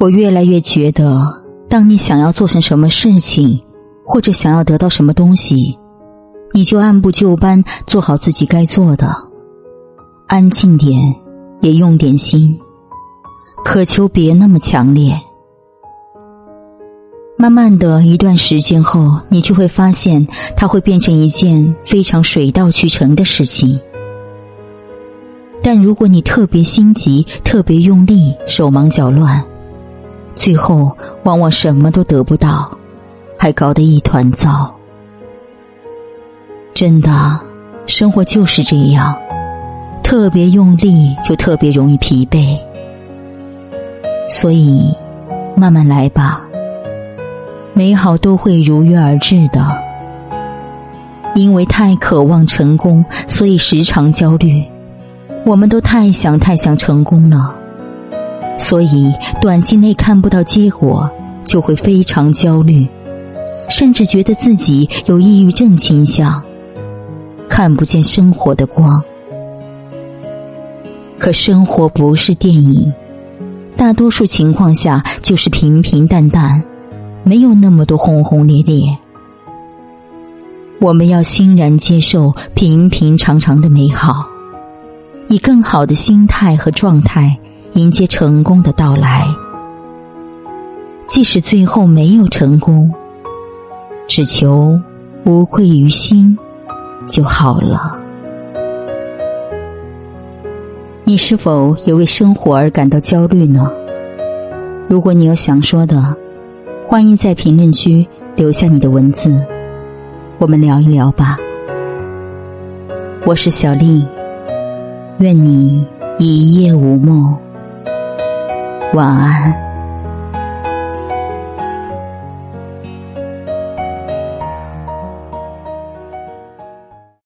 我越来越觉得，当你想要做成什么事情，或者想要得到什么东西，你就按部就班做好自己该做的，安静点，也用点心，渴求别那么强烈。慢慢的一段时间后，你就会发现它会变成一件非常水到渠成的事情。但如果你特别心急，特别用力，手忙脚乱，最后往往什么都得不到，还搞得一团糟。真的，生活就是这样，特别用力就特别容易疲惫。所以慢慢来吧，美好都会如约而至的。因为太渴望成功，所以时常焦虑。我们都太想成功了，所以短期内看不到结果，就会非常焦虑，甚至觉得自己有抑郁症倾向，看不见生活的光。可生活不是电影，大多数情况下就是平平淡淡，没有那么多轰轰烈烈。我们要欣然接受平平常常的美好，以更好的心态和状态迎接成功的到来。即使最后没有成功，只求无愧于心就好了。你是否也为生活而感到焦虑呢？如果你有想说的，欢迎在评论区留下你的文字，我们聊一聊吧。我是小丽，愿你一夜无梦，晚安。